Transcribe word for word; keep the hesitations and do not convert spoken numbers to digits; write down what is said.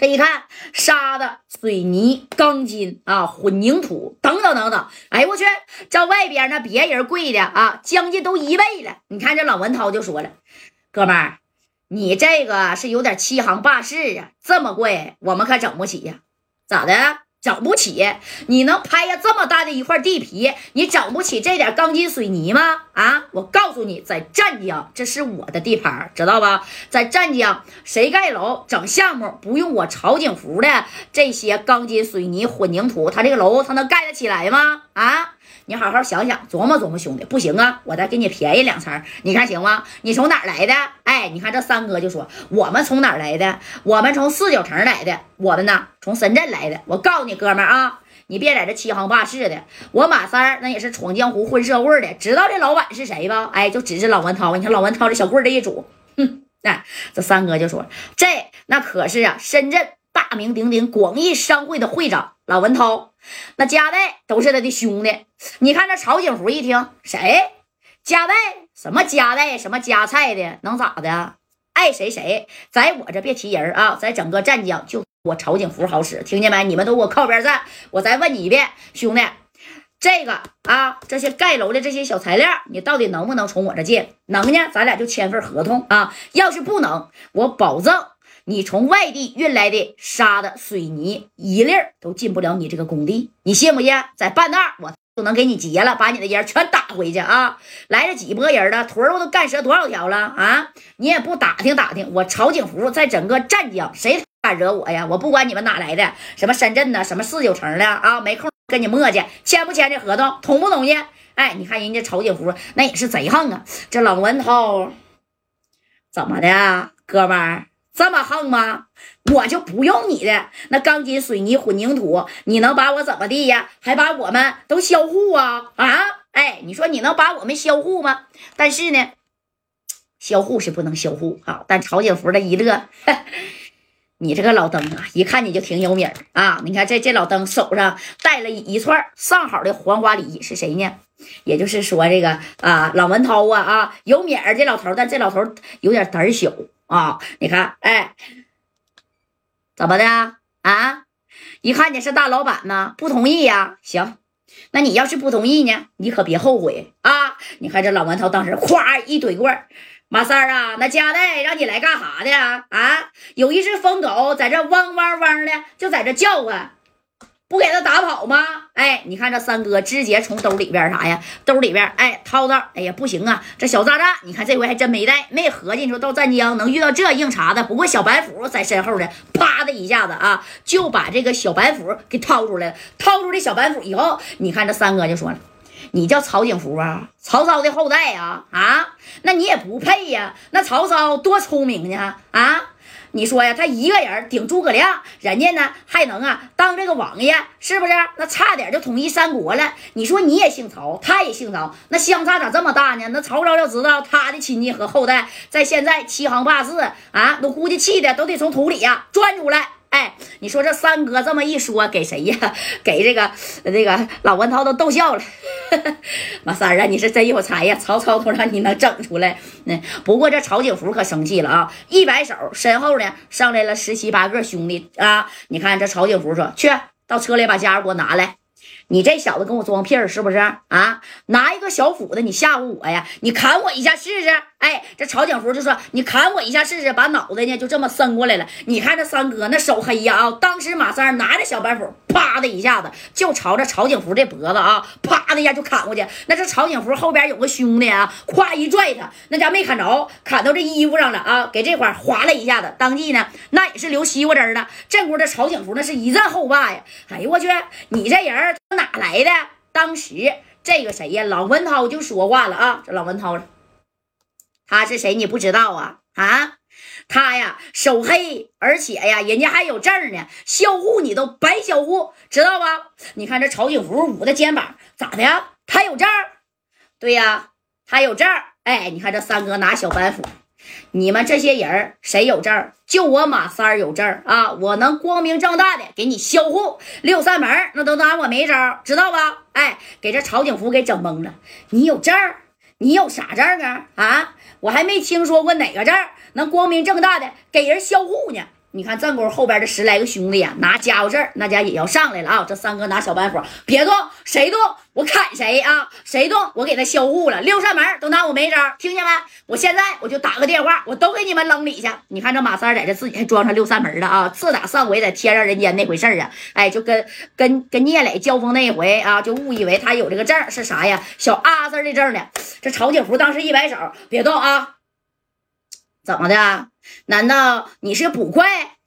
这一看，沙子、水泥、钢筋啊、混凝土等等等等，哎我去，这外边呢别人贵的啊，将近都一倍了。你看这老文涛就说了，哥们儿，你这个是有点欺行霸市啊，这么贵我们可整不起呀。咋的？整不起？你能拍下这么大的一块地皮，你整不起这点钢筋水泥吗？啊，我告诉你，在湛江这是我的地盘，知道吧？在湛江谁盖楼整项目不用我曹景福的这些钢筋水泥混凝土，他这个楼他能盖得起来吗？啊，你好好想想，琢磨琢磨，兄弟，不行啊，我再给你便宜两成，你看行吗？你从哪儿来的？哎，你看这三哥就说，我们从哪儿来的？我们从四九城来的，我们呢从深圳来的。我告诉你哥们儿啊，你别在这欺行霸市的，我马三儿那也是闯江湖混社会的，知道这老板是谁吧？哎，就指着老文涛，你看老文涛这小棍儿这一拄，哼，哎，这三哥就说，这那可是啊，深圳大名鼎鼎广义商会的会长老文涛，那家代都是他的兄弟。你看这曹景福一听，谁家代？什么家代？什么家菜的？能咋的？爱谁谁，在我这别提人啊，在整个湛江就我曹景福好使，听见没？你们都给我靠边站！我再问你一遍，兄弟，这个啊，这些盖楼的这些小材料，你到底能不能从我这借？能呢，咱俩就签份合同啊。要是不能，我保证你从外地运来的沙子、水泥一粒儿都进不了你这个工地，你信不信？在半道我就能给你结了，把你的人全打回去啊！来了几波人了，腿儿我都干折多少条了啊！你也不打听打听，我曹景福在整个湛江谁敢惹我呀？我不管你们哪来的，什么深圳的，什么四九城的啊，没空跟你磨叽，签不签这合同，同不同意？哎，你看人家曹景福那也是贼横啊！这老文涛怎么的，哥们儿？这么横吗？我就不用你的那钢筋水泥混凝土，你能把我怎么地呀？还把我们都销户啊啊！哎，你说你能把我们销户吗？但是呢，销户是不能销户啊。但曹景福的一乐，你这个老登啊，一看你就挺有名啊！你看这这老登手上戴了一串上好的黄花梨，是谁呢？也就是说这个啊，老文涛啊啊，有名儿这老头，但这老头有点胆小。啊、哦，你看，哎，怎么的啊？一看你是大老板呢，不同意呀？行，那你要是不同意呢，你可别后悔啊！你看这老文涛当时咵一怼棍儿，马三儿啊，那家代让你来干啥的呀？啊，有一只疯狗在这汪汪汪的，就在这叫唤。不给他打跑吗？哎，你看这三哥直接从兜里边啥呀？兜里边哎掏到，哎呀不行啊，这小炸弹，你看这回还真没带，没合计你说到湛江能遇到这硬茬的。不过小白虎在身后的，啪的一下子啊，就把这个小白虎给掏出来了。掏出这小白虎以后，你看这三哥就说了：“你叫曹景福啊，曹操的后代啊啊，那你也不配呀。那曹操多聪明呢啊！”你说呀，他一个人顶诸葛亮，人家呢还能啊当这个王爷，是不是？那差点就统一三国了。你说你也姓曹，他也姓曹，那相差咋这么大呢？那曹操要知道他的亲戚和后代在现在欺行霸市啊，都估计气的都得从土里呀钻出来。哎，你说这三哥这么一说，给谁呀？给这个这个老文涛都逗笑了。马三儿啊，你是真有才呀！曹操都让你能整出来。嗯，不过这曹景福可生气了啊！一摆手，身后呢上来了十七八个兄弟啊！你看这曹景福说：“去到车里把家伙给我拿来。”你这小子跟我装屁儿是不是啊？拿一个小斧子你吓唬我呀？你砍我一下试试？哎，这曹景福就说你砍我一下试试，把脑袋呢就这么伸过来了。你看这三哥那手黑呀啊！当时马三拿着小白斧，啪的一下子就朝着曹景福这脖子啊，啪的一下就砍过去。那这曹景福后边有个兄弟啊，咵一拽他，那家没砍着，砍到这衣服上了啊，给这块划了一下子，当即呢那也是流西瓜汁了。这股的曹景福那是一阵后怕呀！哎呦我去，你这人哪来的？当时这个谁呀，老文涛就说话了啊，这老文涛他是谁你不知道啊？啊，他呀手黑，而且呀人家还有证呢，销户你都白销户，知道吧？你看这曹景福捂的肩膀咋的呀？他有证？对呀，他有证。哎，你看这三哥拿小板斧，你们这些人谁有证？就我马三儿有证啊！我能光明正大的给你销户，六扇门那都拿我没招，知道吧？哎，给这曹景福给整懵了。你有证？你有啥证啊？啊，我还没听说过哪个证能光明正大的给人销户呢。 你看正宫后边的十来个兄弟呀，拿家伙事儿，那家也要上来了啊！这三哥拿小板斧，别动，谁动我砍谁啊！谁动我给他销户了。六扇门都拿我没招，听见没？我现在我就打个电话，我都给你们扔里去。你看这马三在这自己还装上六扇门了啊！自打上回在天上人间那回事啊，哎，就跟跟跟聂磊交锋那一回啊，就误以为他有这个证是啥呀？小阿字的证呢？这曹景福当时一摆手，别动啊！怎么的？难道你是个捕快